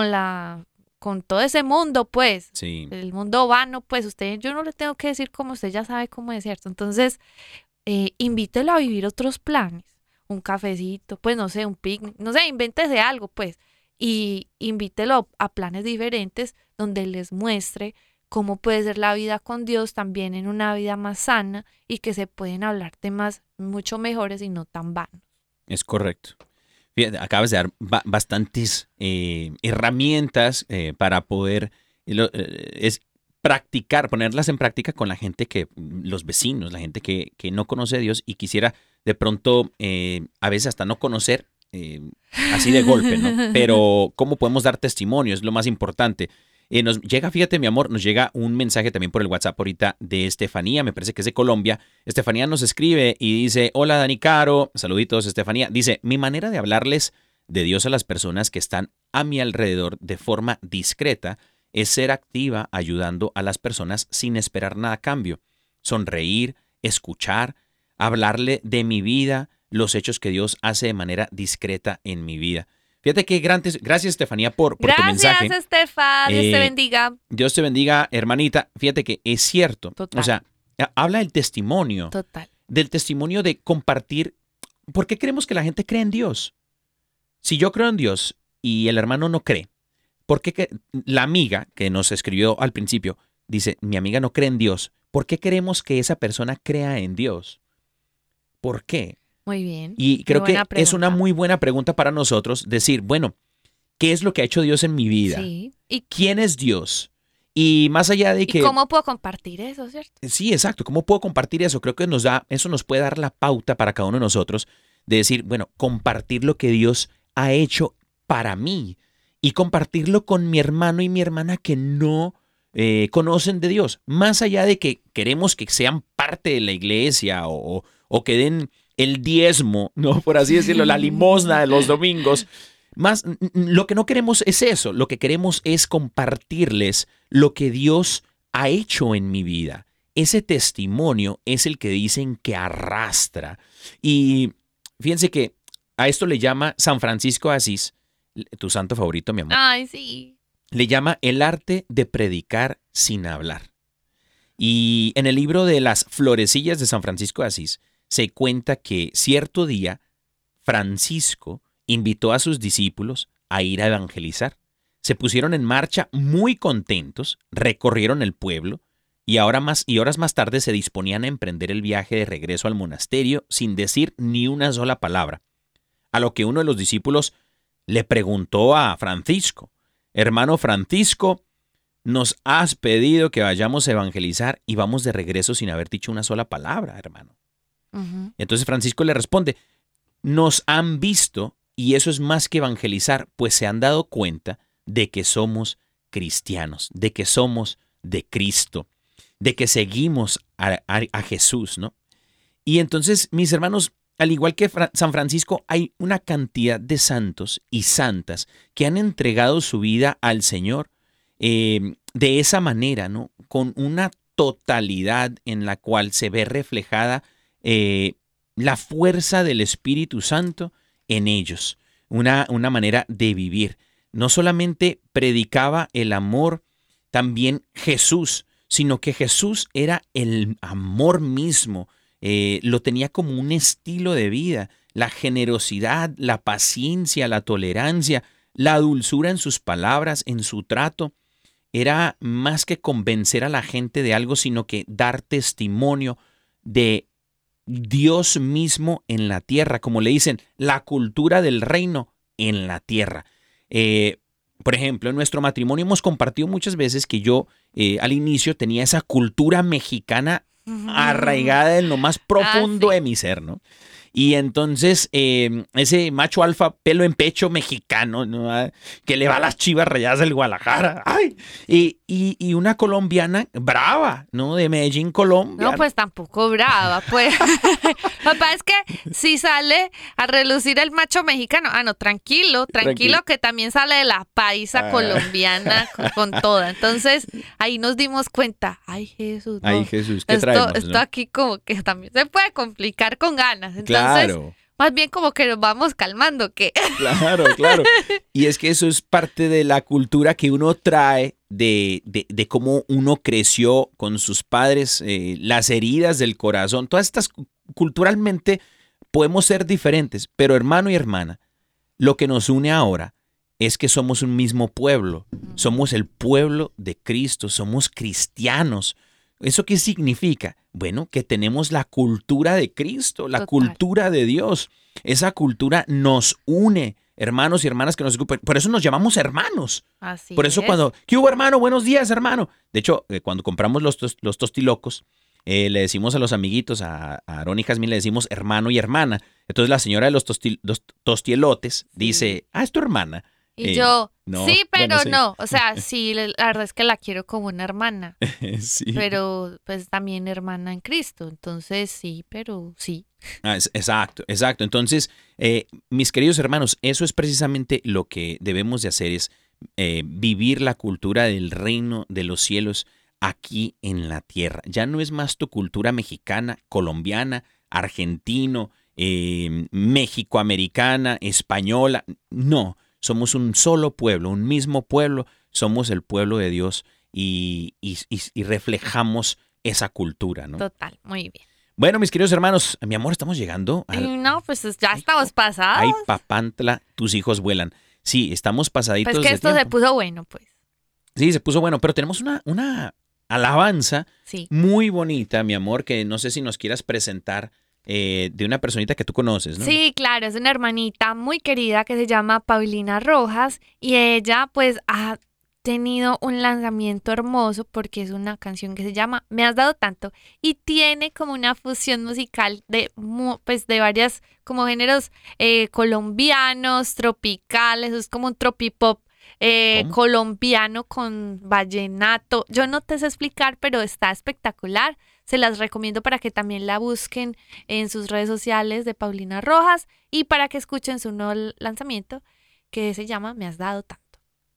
con todo ese mundo, pues, Sí. el mundo vano, pues yo no le tengo que decir cómo, usted ya sabe cómo es, ¿cierto? Entonces, invítelo a vivir otros planes, un cafecito, pues no sé, un picnic, no sé, invéntese algo, pues, y invítelo a planes diferentes donde les muestre cómo puede ser la vida con Dios también en una vida más sana y que se pueden hablar temas mucho mejores y no tan vanos. Es correcto. Fíjate, acabas de dar bastantes herramientas para poder practicar, ponerlas en práctica con la gente los vecinos, la gente que no conoce a Dios y quisiera de pronto a veces hasta no conocer así de golpe, ¿no? Pero cómo podemos dar testimonio es lo más importante. Nos llega, fíjate, mi amor, nos llega un mensaje también por el WhatsApp ahorita de Estefanía, me parece que es de Colombia. Estefanía nos escribe y dice, hola Dani Caro, saluditos Estefanía. Dice, mi manera de hablarles de Dios a las personas que están a mi alrededor de forma discreta es ser activa ayudando a las personas sin esperar nada a cambio. Sonreír, escuchar, hablarle de mi vida, los hechos que Dios hace de manera discreta en mi vida. Fíjate qué gracias, Estefanía, por tu mensaje. Gracias, Estefa. Dios te bendiga. Dios te bendiga, hermanita. Fíjate que es cierto. Total. O sea, habla del testimonio. Total. Del testimonio de compartir. ¿Por qué queremos que la gente cree en Dios? Si yo creo en Dios y el hermano no cree, ¿por qué la amiga que nos escribió al principio dice, mi amiga no cree en Dios? ¿Por qué queremos que esa persona crea en Dios? ¿Por qué? Muy bien. Y creo que buena es una pregunta. muy buena pregunta para nosotros decir, bueno, ¿qué es lo que ha hecho Dios en mi vida? Sí. ¿Y ¿Quién es Dios? Y más allá de que... cómo puedo compartir eso, cierto? Sí, exacto. ¿Cómo puedo compartir eso? Creo que eso nos puede dar la pauta para cada uno de nosotros de decir, bueno, compartir lo que Dios ha hecho para mí y compartirlo con mi hermano y mi hermana que no conocen de Dios. Más allá de que queremos que sean parte de la iglesia o que den el diezmo, ¿no? Por así decirlo, la limosna de los domingos. Lo que no queremos es eso. Lo que queremos es compartirles lo que Dios ha hecho en mi vida. Ese testimonio es el que dicen que arrastra. Y fíjense que a esto le llama San Francisco de Asís, tu santo favorito, mi amor. Ay, sí. Le llama el arte de predicar sin hablar. Y en el libro de las florecillas de San Francisco de Asís se cuenta que cierto día Francisco invitó a sus discípulos a ir a evangelizar. Se pusieron en marcha muy contentos, recorrieron el pueblo y horas más tarde se disponían a emprender el viaje de regreso al monasterio sin decir ni una sola palabra. A lo que uno de los discípulos le preguntó a Francisco, hermano Francisco, nos has pedido que vayamos a evangelizar y vamos de regreso sin haber dicho una sola palabra, hermano. Ujú. Entonces Francisco le responde, nos han visto y eso es más que evangelizar, pues se han dado cuenta de que somos cristianos, de que somos de Cristo, de que seguimos a Jesús, ¿no? Y entonces, mis hermanos, al igual que San Francisco, hay una cantidad de santos y santas que han entregado su vida al Señor de esa manera, ¿no? Con una totalidad en la cual se ve reflejada la fuerza del Espíritu Santo en ellos, una manera de vivir. No solamente predicaba el amor, también Jesús, sino que Jesús era el amor mismo, lo tenía como un estilo de vida, la generosidad, la paciencia, la tolerancia, la dulzura en sus palabras, en su trato. Era más que convencer a la gente de algo, sino que dar testimonio de Dios mismo en la tierra, como le dicen, la cultura del reino en la tierra. Por ejemplo, en nuestro matrimonio hemos compartido muchas veces que yo al inicio tenía esa cultura mexicana arraigada en lo más profundo sí. de mi ser, ¿no? Y entonces ese macho alfa, pelo en pecho mexicano, ¿no? Que le va a las Chivas Rayadas del Guadalajara. ¡Ay! Y una colombiana brava, ¿no? De Medellín, Colombia. No, pues tampoco brava, pues. Lo que pasa es que si sale a relucir el macho mexicano, no, tranquilo, que también sale de la paisa colombiana con toda. Entonces, ahí nos dimos cuenta, ay Jesús, no. Ay Jesús, ¿qué traemos? Esto ¿no? aquí como que también se puede complicar con ganas. Entonces, Claro. más bien como que nos vamos calmando, que Claro, claro. Y es que eso es parte de la cultura que uno trae de cómo uno creció con sus padres, las heridas del corazón. Todas estas culturalmente podemos ser diferentes, pero hermano y hermana, lo que nos une ahora es que somos un mismo pueblo. Somos el pueblo de Cristo, somos cristianos. ¿Eso qué significa? Bueno, que tenemos la cultura de Cristo, la Total. cultura de Dios. Esa cultura nos une, hermanos y hermanas que nos escuchan. Por eso nos llamamos hermanos. así Por eso es. cuando, ¿qué hubo, hermano? Buenos días, hermano. De hecho, cuando compramos los tostilocos, le decimos a los amiguitos, a Aarón y Jazmín, le decimos hermano y hermana. Entonces la señora de los tostielotes dice, es tu hermana. Y yo, no, sí, pero bueno, sí. no. O sea, sí, la verdad es que la quiero como una hermana, Sí. pero pues también hermana en Cristo. Entonces sí, pero sí. Exacto. Entonces, mis queridos hermanos, eso es precisamente lo que debemos de hacer, es vivir la cultura del reino de los cielos aquí en la tierra. Ya no es más tu cultura mexicana, colombiana, argentino, méxico-americana, española. No, somos un solo pueblo, un mismo pueblo. Somos el pueblo de Dios y reflejamos esa cultura, ¿no? Total, muy bien. Bueno, mis queridos hermanos, mi amor, estamos llegando No, pues ya estamos pasados. Ay, papantla, tus hijos vuelan. Sí, estamos pasaditos Pues que de esto se tiempo. puso bueno, pues. Sí, se puso bueno, pero tenemos una alabanza Sí. muy bonita, mi amor, que no sé si nos quieras presentar de una personita que tú conoces, ¿no? Sí, claro, es una hermanita muy querida que se llama Paulina Rojas y ella pues ha tenido un lanzamiento hermoso porque es una canción que se llama Me has dado tanto y tiene como una fusión musical pues de varias como géneros colombianos, tropicales, es como un tropipop colombiano con vallenato. Yo no te sé explicar, pero está espectacular. Se las recomiendo para que también la busquen en sus redes sociales de Paulina Rojas y para que escuchen su nuevo lanzamiento que se llama Me has dado tanto.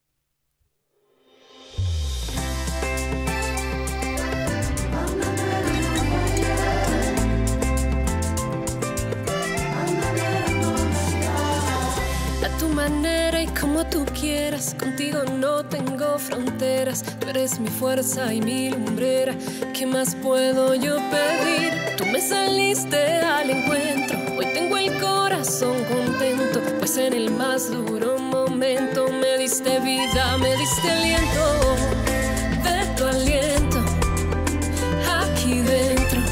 A tu manera y como tú quieras, contigo no tengo fronteras. Tú eres mi fuerza y mi lumbrera. ¿Qué más puedo yo pedir? Tú me saliste al encuentro. Hoy tengo el corazón contento, pues en el más duro momento me diste vida, me diste aliento. De tu aliento aquí dentro.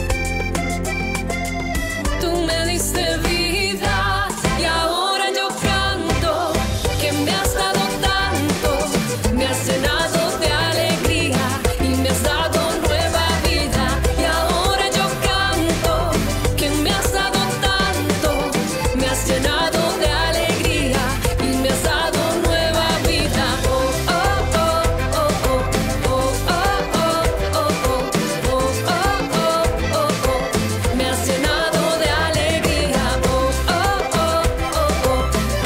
Tú me diste vida y ahora yo canto que me has dado tanto, me has llenado de alegría y me has dado nueva vida. Y ahora yo canto que me has dado tanto, me has llenado de alegría y me has dado nueva vida. Oh, oh, oh, oh, oh, oh, oh, oh, oh, oh, oh, oh, oh, me has llenado de alegría. Oh, oh, oh, oh, oh,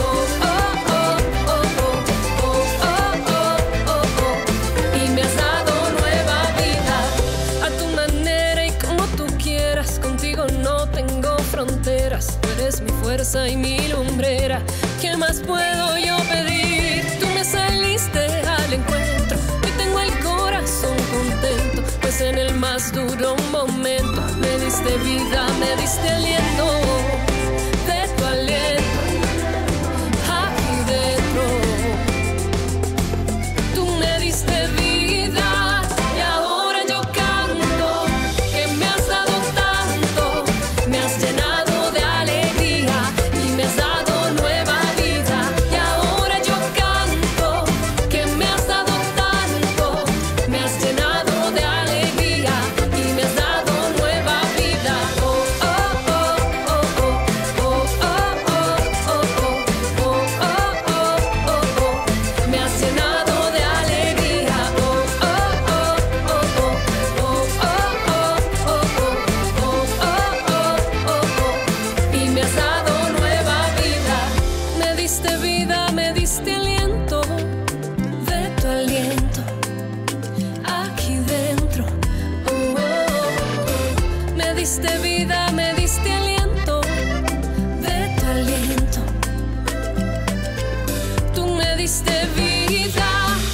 y me has dado nueva vida. A tu manera y como tú quieras, contigo no tengo fronteras. Tú eres mi fuerza y mi lumbrera. ¿Qué más puedo yo pedir? Tú me saliste al encuentro. Hoy tengo el corazón contento, pues en el más duro momento me diste vida, me diste aliento. De tu aliento aquí dentro. Tú me diste vida y ahora yo canto que me has dado tanto, me has llenado de alegría y me has dado nueva vida. Y ahora yo canto que me has dado tanto, me has llenado de alegría y me has dado nueva vida. Oh, oh, oh, oh, oh, oh, oh, oh, oh, oh, oh, oh, me has llenado de alegría. Oh, oh, oh, oh, oh, oh, oh, oh, y me has dado nueva vida. Me diste vida, me diste aliento. De tu aliento aquí dentro. Oh, me diste vida, me diste aliento. De tu aliento tú me diste vida.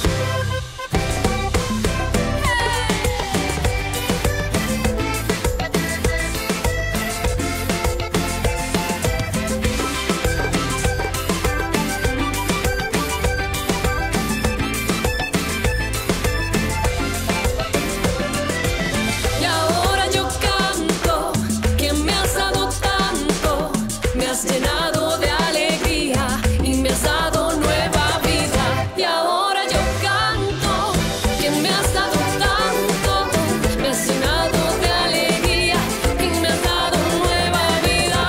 Y ahora yo canto que me has dado tanto, me has llenado de alegría y me has dado nueva vida. Y ahora yo canto que me has dado tanto, me has llenado de alegría y me has dado nueva vida.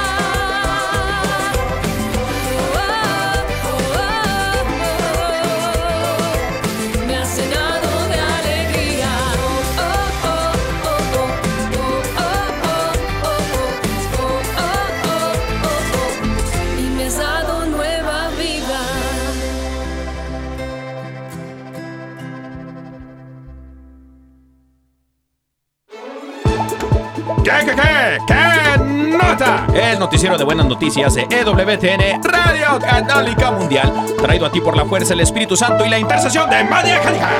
Me has llenado de alegría. Y me has dado nueva vida. ¿Qué? nota! El noticiero de buenas noticias de EWTN, Radio Católica Mundial, traído a ti por la fuerza del Espíritu Santo y la intercesión de María Angélica.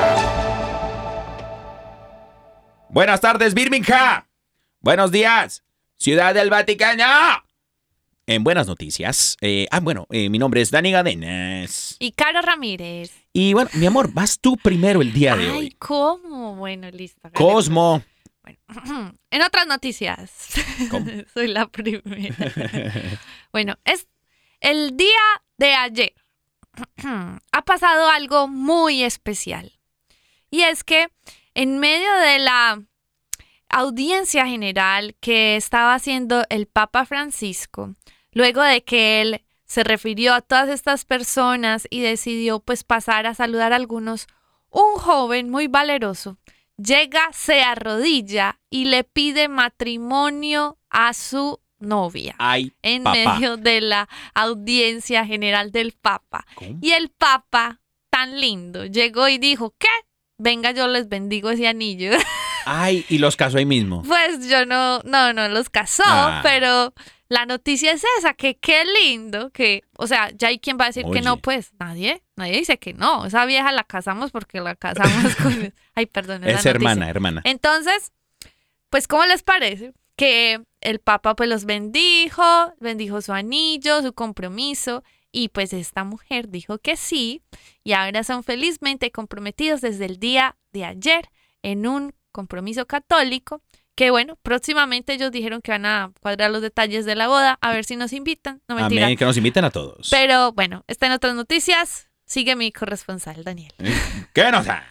Buenas tardes, Birmingham. Buenos días, Ciudad del Vaticano. En buenas noticias, mi nombre es Dani Gadenas. Y Caro Ramírez. Y bueno, mi amor, vas tú primero el día de hoy. Ay, ¿cómo? Bueno, listo. Cosmo. Bueno, en otras noticias. Soy la primera. Bueno, es el día de ayer. Ha pasado algo muy especial. Y es que en medio de la audiencia general que estaba haciendo el Papa Francisco, luego de que él se refirió a todas estas personas y decidió pues pasar a saludar a algunos, un joven muy valeroso llega, se arrodilla y le pide matrimonio a su novia. Ay, en papá. medio de la audiencia general del Papa. ¿Cómo? Y el Papa, tan lindo, llegó y dijo, ¿qué? Venga, yo les bendigo ese anillo. Ay, y los casó ahí mismo. Pues yo no los casó, pero la noticia es esa, que qué lindo, que, o sea, ya hay quien va a decir que no, Oye. pues nadie dice que no, esa vieja la casamos porque la casamos con... Ay, perdón, Es la hermana, noticia. hermana. Entonces, pues, ¿cómo les parece? Que el Papa pues los bendijo su anillo, su compromiso, y pues esta mujer dijo que sí, y ahora son felizmente comprometidos desde el día de ayer en un compromiso católico, que bueno, próximamente ellos dijeron que van a cuadrar los detalles de la boda, a ver si nos invitan, no mentira. Amén, que nos inviten a todos. Pero bueno, está en otras noticias, sigue mi corresponsal, Daniel. ¿Qué nota?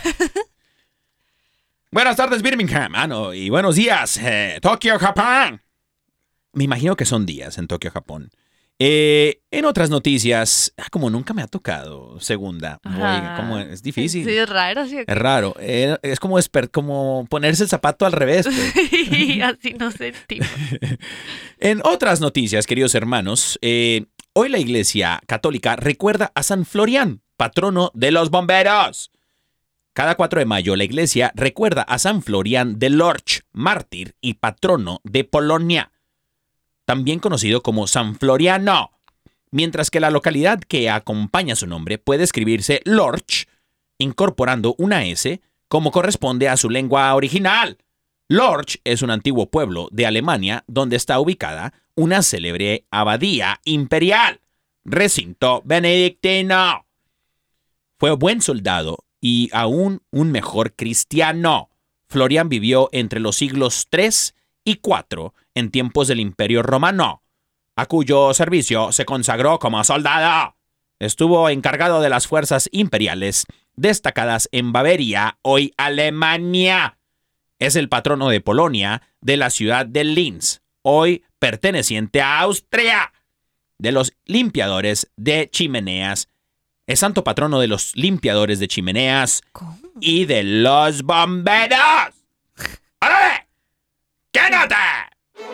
Buenas tardes, Birmingham. Y buenos días, Tokio, Japón. Me imagino que son días en Tokio, Japón. En otras noticias, como nunca me ha tocado segunda. Oiga, como es difícil. Sí, es raro, ¿sí? Es raro. Es como ponerse el zapato al revés. Pues. Así nos sentimos. En otras noticias, queridos hermanos, hoy la Iglesia Católica recuerda a San Florián, patrono de los bomberos. Cada 4 de mayo la Iglesia recuerda a San Florián de Lorch, mártir y patrono de Polonia, también conocido como San Floriano, mientras que la localidad que acompaña su nombre puede escribirse Lorch, incorporando una S como corresponde a su lengua original. Lorch es un antiguo pueblo de Alemania donde está ubicada una célebre abadía imperial, recinto benedictino. Fue buen soldado y aún un mejor cristiano. Florián vivió entre los siglos III y IV en tiempos del Imperio Romano, a cuyo servicio se consagró como soldado. Estuvo encargado de las fuerzas imperiales destacadas en Baviera, hoy Alemania. Es el patrono de Polonia, de la ciudad de Linz, hoy perteneciente a Austria, de los limpiadores de chimeneas. Es santo patrono de los limpiadores de chimeneas. ¿Cómo? Y de los bomberos. ¡Órale! ¿Qué nota?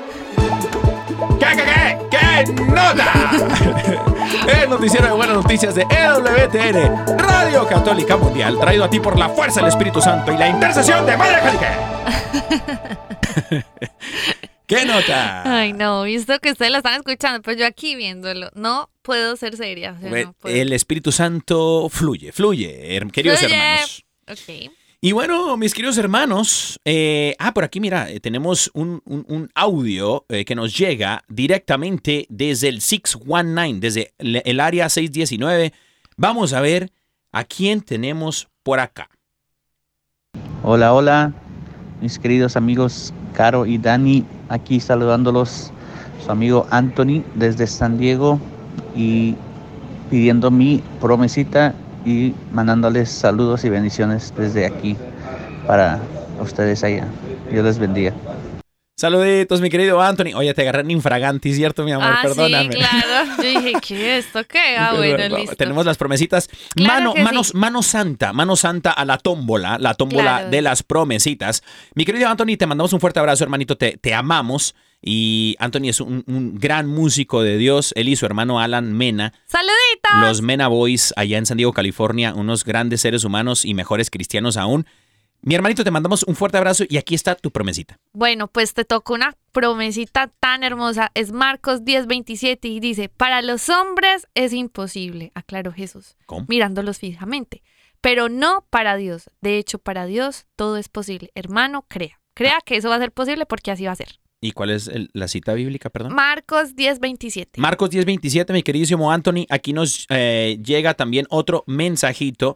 ¿Qué nota? El noticiero de buenas noticias de EWTN, Radio Católica Mundial, traído a ti por la fuerza del Espíritu Santo y la intercesión de María Angélica. ¿Qué nota? Ay, no, visto que ustedes la están escuchando, pero yo aquí viéndolo, no puedo ser seria. O sea, no puedo. El Espíritu Santo fluye, queridos Fluye. hermanos. Ok. Y bueno, mis queridos hermanos, por aquí mira, tenemos un audio que nos llega directamente desde el 619, desde el área 619. Vamos a ver a quién tenemos por acá. Hola, hola, mis queridos amigos Caro y Dani, aquí saludándolos, su amigo Anthony desde San Diego y pidiendo mi promesita y mandándoles saludos y bendiciones desde aquí para ustedes allá. Dios les bendiga. Saluditos, mi querido Anthony. Oye, te agarré en infraganti, ¿cierto, mi amor? Perdóname. Sí, claro. Yo dije, ¿qué es esto? ¿Qué? Bueno, listo. Tenemos las promesitas. Claro que sí. Mano santa a la tómbola Claro. de las promesitas. Mi querido Anthony, te mandamos un fuerte abrazo, hermanito. Te amamos. Y Anthony es un gran músico de Dios. Él y su hermano Alan Mena. ¡Saluditos! Los Mena Boys allá en San Diego, California. Unos grandes seres humanos y mejores cristianos aún. Mi hermanito, te mandamos un fuerte abrazo y aquí está tu promesita. Bueno, pues te toca una promesita tan hermosa es Marcos 10:27 y dice, para los hombres es imposible, aclaró Jesús, ¿Cómo? mirándolos fijamente, pero no para Dios. De hecho, para Dios todo es posible. Hermano, crea. Crea que eso va a ser posible porque así va a ser. ¿Y cuál es la cita bíblica, perdón? Marcos 10:27. Marcos 10:27, mi queridísimo Anthony, aquí nos llega también otro mensajito.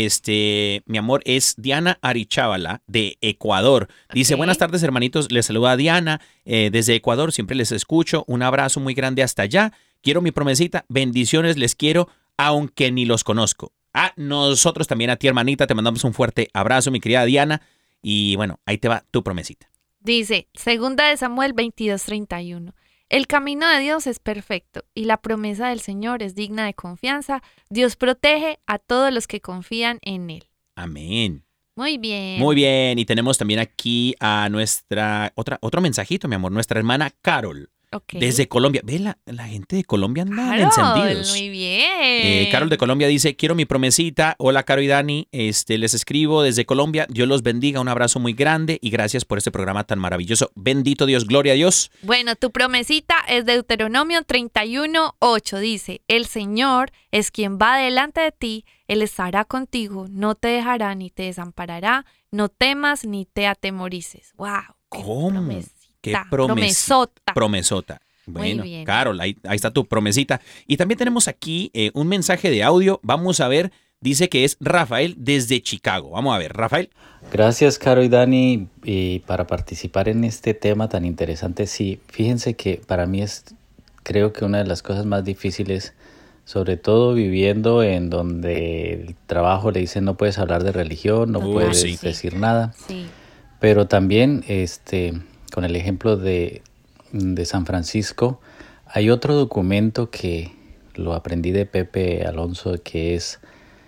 Mi amor, es Diana Arichábala de Ecuador. Dice, Ok. buenas tardes, hermanitos. Les saluda Diana desde Ecuador. Siempre les escucho. Un abrazo muy grande hasta allá. Quiero mi promesita. Bendiciones, les quiero, aunque ni los conozco. Nosotros también a ti, hermanita, te mandamos un fuerte abrazo, mi querida Diana. Y bueno, ahí te va tu promesita. Dice, segunda de Samuel 22:31. El camino de Dios es perfecto y la promesa del Señor es digna de confianza. Dios protege a todos los que confían en Él. Amén. Muy bien. Muy bien. Y tenemos también aquí a otro mensajito, mi amor, nuestra hermana Carol. Ok. Desde Colombia. Ve, la gente de Colombia anda Carol, encendidos. muy bien. Carol de Colombia dice, quiero mi promesita. Hola, Caro y Dani. Les escribo desde Colombia. Dios los bendiga. Un abrazo muy grande y gracias por este programa tan maravilloso. Bendito Dios, gloria a Dios. Bueno, tu promesita es Deuteronomio 31:8. Dice, el Señor es quien va delante de ti, Él estará contigo, no te dejará ni te desamparará, no temas ni te atemorices. ¡Wow! ¿Cómo? Qué promesota. Promesota. Muy Bueno, bien. Carol, ahí está tu promesita. Y también tenemos aquí un mensaje de audio. Vamos a ver, dice que es Rafael desde Chicago. Vamos a ver, Rafael. Gracias, Caro y Dani, y para participar en este tema tan interesante. Sí, fíjense que para mí creo que una de las cosas más difíciles, sobre todo viviendo en donde el trabajo le dicen no puedes hablar de religión, no puedes sí. decir nada, Sí. pero también con el ejemplo de San Francisco, hay otro documento que lo aprendí de Pepe Alonso, que es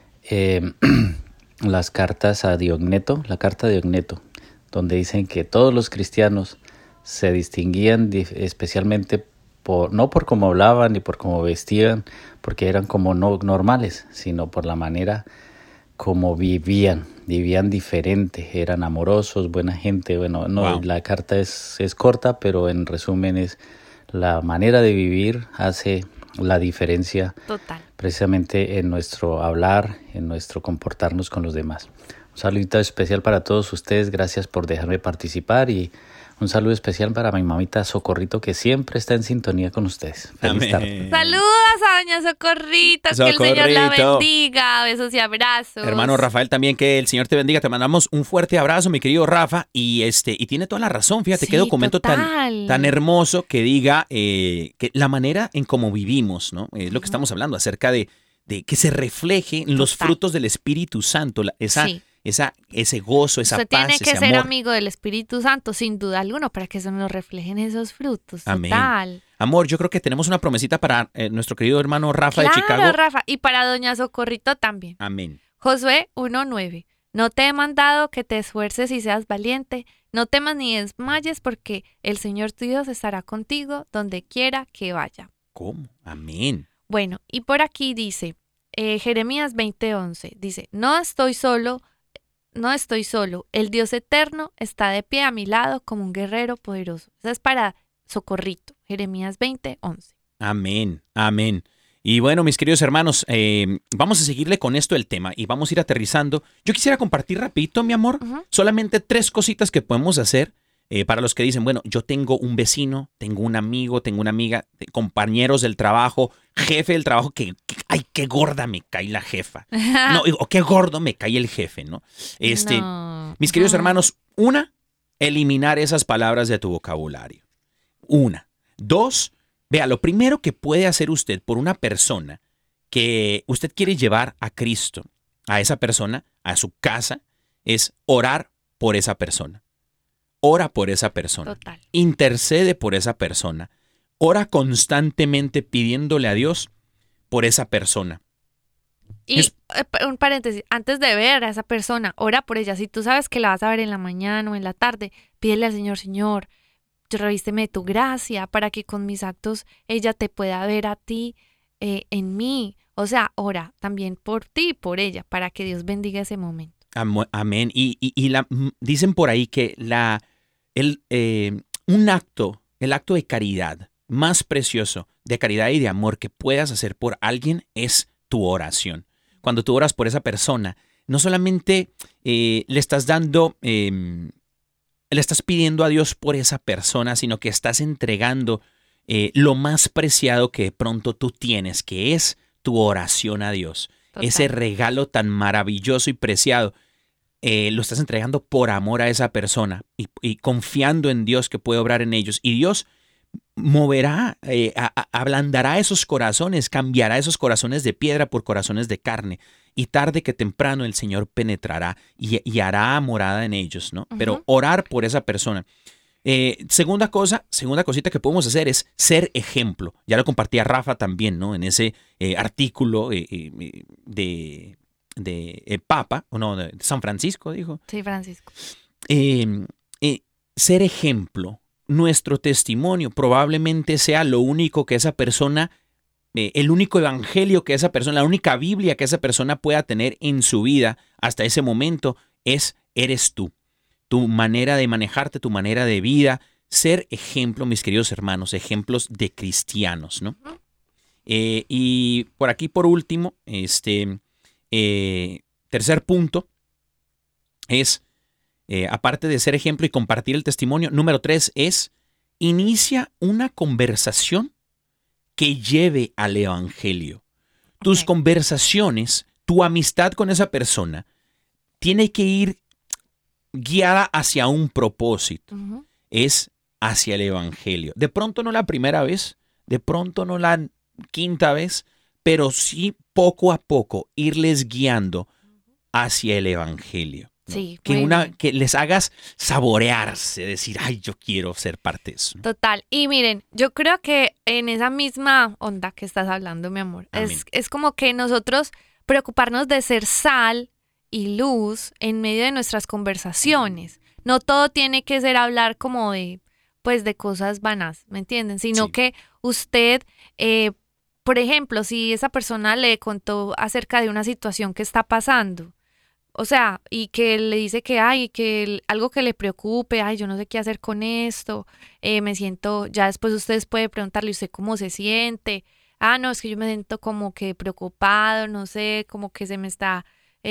las cartas a Diogneto, la carta de Diogneto, donde dicen que todos los cristianos se distinguían especialmente no por cómo hablaban ni por cómo vestían, porque eran como no normales, sino por la manera como vivían diferente, eran amorosos, buena gente. Bueno, no, Wow. La carta es corta, pero en resumen es la manera de vivir hace la diferencia Total. precisamente en nuestro hablar, en nuestro comportarnos con los demás. Un saludito especial para todos ustedes, gracias por dejarme participar y un saludo especial para mi mamita Socorrito, que siempre está en sintonía con ustedes. Feliz tarde. Saludos a doña Socorrito, que el Señor la Socorrito. bendiga, besos y abrazos. Hermano Rafael, también que el Señor te bendiga. Te mandamos un fuerte abrazo, mi querido Rafa. Y tiene toda la razón. Fíjate Sí, qué documento total. tan hermoso que diga que la manera en cómo vivimos, ¿no? Es lo que estamos hablando acerca de que se reflejen los Total. frutos del Espíritu Santo, Sí. ese gozo, esa Usted paz, tiene que ese ser amor. amigo del Espíritu Santo, sin duda alguna, para que se nos reflejen esos frutos. Amén. Total. Amor, yo creo que tenemos una promesita para nuestro querido hermano Rafa de Claro, Chicago. Rafa. Y para doña Socorrito también. Amén. Josué 1:9. No te he mandado que te esfuerces y seas valiente. No temas ni desmayes porque el Señor tu Dios estará contigo donde quiera que vaya. ¿Cómo? Amén. Bueno, y por aquí dice, Jeremías 20:11, dice, no estoy solo, el Dios eterno está de pie a mi lado como un guerrero poderoso. Esa es para Socorrito, Jeremías 20:11. Amén, amén. Y bueno, mis queridos hermanos, vamos a seguirle con esto el tema y vamos a ir aterrizando. Yo quisiera compartir rapidito, mi amor, Ujú. solamente 3 cositas que podemos hacer para los que dicen, bueno, yo tengo un vecino, tengo un amigo, tengo una amiga, compañeros del trabajo, jefe del trabajo, ay, qué gorda me cae la jefa. No, o qué gordo me cae el jefe, ¿no? No. Mis queridos Ujú. hermanos, 1, eliminar esas palabras de tu vocabulario. 1. 2, vea, lo primero que puede hacer usted por una persona que usted quiere llevar a Cristo, a esa persona, a su casa, es orar por esa persona. Ora por esa persona. Total. Intercede por esa persona. Ora constantemente pidiéndole a Dios por esa persona. Y Es- un paréntesis, antes de ver a esa persona, ora por ella. Si tú sabes que la vas a ver en la mañana o en la tarde, pídele al Señor, Señor, revísteme de tu gracia para que con mis actos ella te pueda ver a ti en mí. O sea, ora también por ti y por ella para que Dios bendiga ese momento. Amén. Y dicen por ahí que el acto de caridad más precioso, de caridad y de amor que puedas hacer por alguien es tu oración. Cuando tú oras por esa persona, no solamente le estás pidiendo a Dios por esa persona, sino que estás entregando lo más preciado que de pronto tú tienes, que es tu oración a Dios. Total. Ese regalo tan maravilloso y preciado, lo estás entregando por amor a esa persona y confiando en Dios que puede obrar en ellos. Y Dios moverá, ablandará esos corazones, cambiará esos corazones de piedra por corazones de carne. Y tarde que temprano el Señor penetrará y hará morada en ellos, ¿no? Pero orar por esa persona. Segunda cosita que podemos hacer es ser ejemplo. Ya lo compartía Rafa también, ¿no? En ese artículo de Papa, o no, de San Francisco, dijo. Sí, Francisco. Ser ejemplo. Nuestro testimonio probablemente sea lo único que esa persona, el único evangelio que esa persona, la única Biblia que esa persona pueda tener en su vida hasta ese momento eres tú. Tu manera de manejarte, tu manera de vida, ser ejemplo, mis queridos hermanos, ejemplos de cristianos, ¿no? Y por aquí, por último, tercer punto es, aparte de ser ejemplo y compartir el testimonio, número 3 es, inicia una conversación que lleve al evangelio. Tus conversaciones, tu amistad con esa persona, tiene que ir guiada hacia un propósito. Es hacia el evangelio. De pronto no la primera vez, de pronto no la quinta vez, pero sí poco a poco irles guiando hacia el evangelio. ¿no? Sí, Que les hagas saborearse, decir, ay, yo quiero ser parte de eso. Total. Y miren, yo creo que en esa misma onda que estás hablando, mi amor, es como que nosotros preocuparnos de ser sal y luz en medio de nuestras conversaciones. No todo tiene que ser hablar como de cosas vanas, ¿me entienden? Sino que usted, por ejemplo, si esa persona le contó acerca de una situación que está pasando, o sea, y que le dice que algo que le preocupe, yo no sé qué hacer con esto, me siento, ya después ustedes pueden preguntarle, ¿usted cómo se siente? No, es que yo me siento como que preocupado, no sé, como que se me está,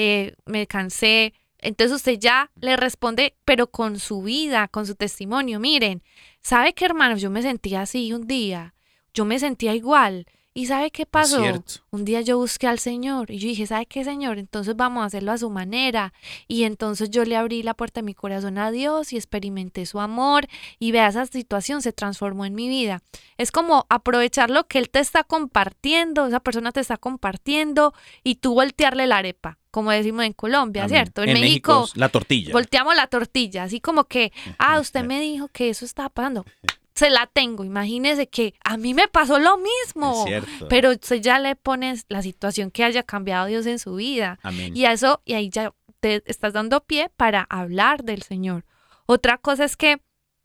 me cansé. Entonces usted ya le responde, pero con su vida, con su testimonio. Miren, ¿sabe qué, hermanos? Yo me sentía así un día, yo me sentía igual. ¿Y sabe qué pasó? Un día yo busqué al Señor y yo dije, ¿sabe qué, Señor? Entonces vamos a hacerlo a su manera. Y entonces yo le abrí la puerta de mi corazón a Dios y experimenté su amor y vea, esa situación se transformó en mi vida. Es como aprovechar lo que Él te está compartiendo, esa persona te está compartiendo y tú voltearle la arepa, como decimos en Colombia, Amén. ¿Cierto? En México, la tortilla. Volteamos la tortilla, así como que, usted me dijo que eso estaba pasando. Se la tengo, imagínese que a mí me pasó lo mismo, pero usted ya le pones la situación que haya cambiado Dios en su vida. Amén. Y ahí ya te estás dando pie para hablar del Señor. Otra cosa es que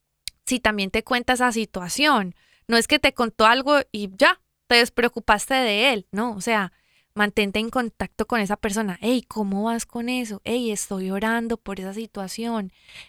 si también te cuenta esa situación, no es que te contó algo y ya te despreocupaste de él, no, o sea, mantente en contacto con esa persona. Hey, ¿cómo vas con eso? Hey, estoy orando por esa situación.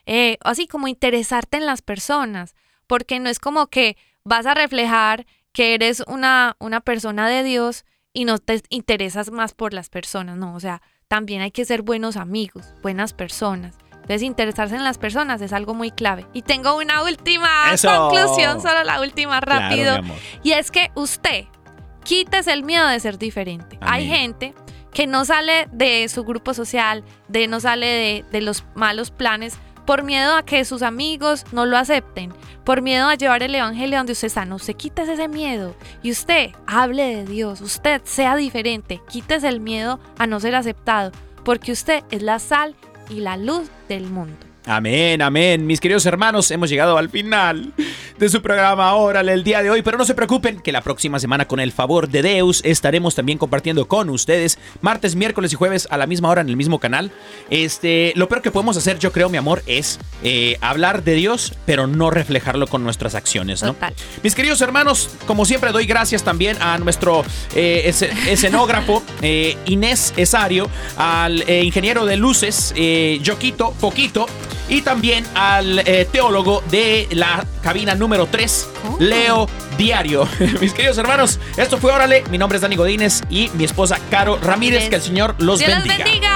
Así como interesarte en las personas. Porque no es como que vas a reflejar que eres una persona de Dios y no te interesas más por las personas, no, o sea, también hay que ser buenos amigos, buenas personas. Entonces, interesarse en las personas es algo muy clave. Y tengo una última conclusión, solo la última, rápido. Claro, mi amor. Y es que usted, quítese el miedo de ser diferente. Amén. Hay gente que no sale de su grupo social, no sale de los malos planes, por miedo a que sus amigos no lo acepten, por miedo a llevar el evangelio donde usted está. No, usted quítese ese miedo y usted hable de Dios, usted sea diferente, quítese el miedo a no ser aceptado, porque usted es la sal y la luz del mundo. Amén, amén. Mis queridos hermanos, hemos llegado al final de su programa Órale el día de hoy, pero no se preocupen que la próxima semana, con el favor de Deus, estaremos también compartiendo con ustedes martes, miércoles y jueves a la misma hora en el mismo canal. Lo peor que podemos hacer, yo creo, mi amor, es hablar de Dios, pero no reflejarlo con nuestras acciones, ¿no? Total. Mis queridos hermanos, como siempre doy gracias también a nuestro escenógrafo Inés Esario, al ingeniero de luces Yoquito Poquito, y también al teólogo de la cabina número 3, Leo Diario. Mis queridos hermanos, esto fue Órale. Mi nombre es Dani Godínez y mi esposa Caro Ramírez. Que el Señor los Dios bendiga. Los bendiga.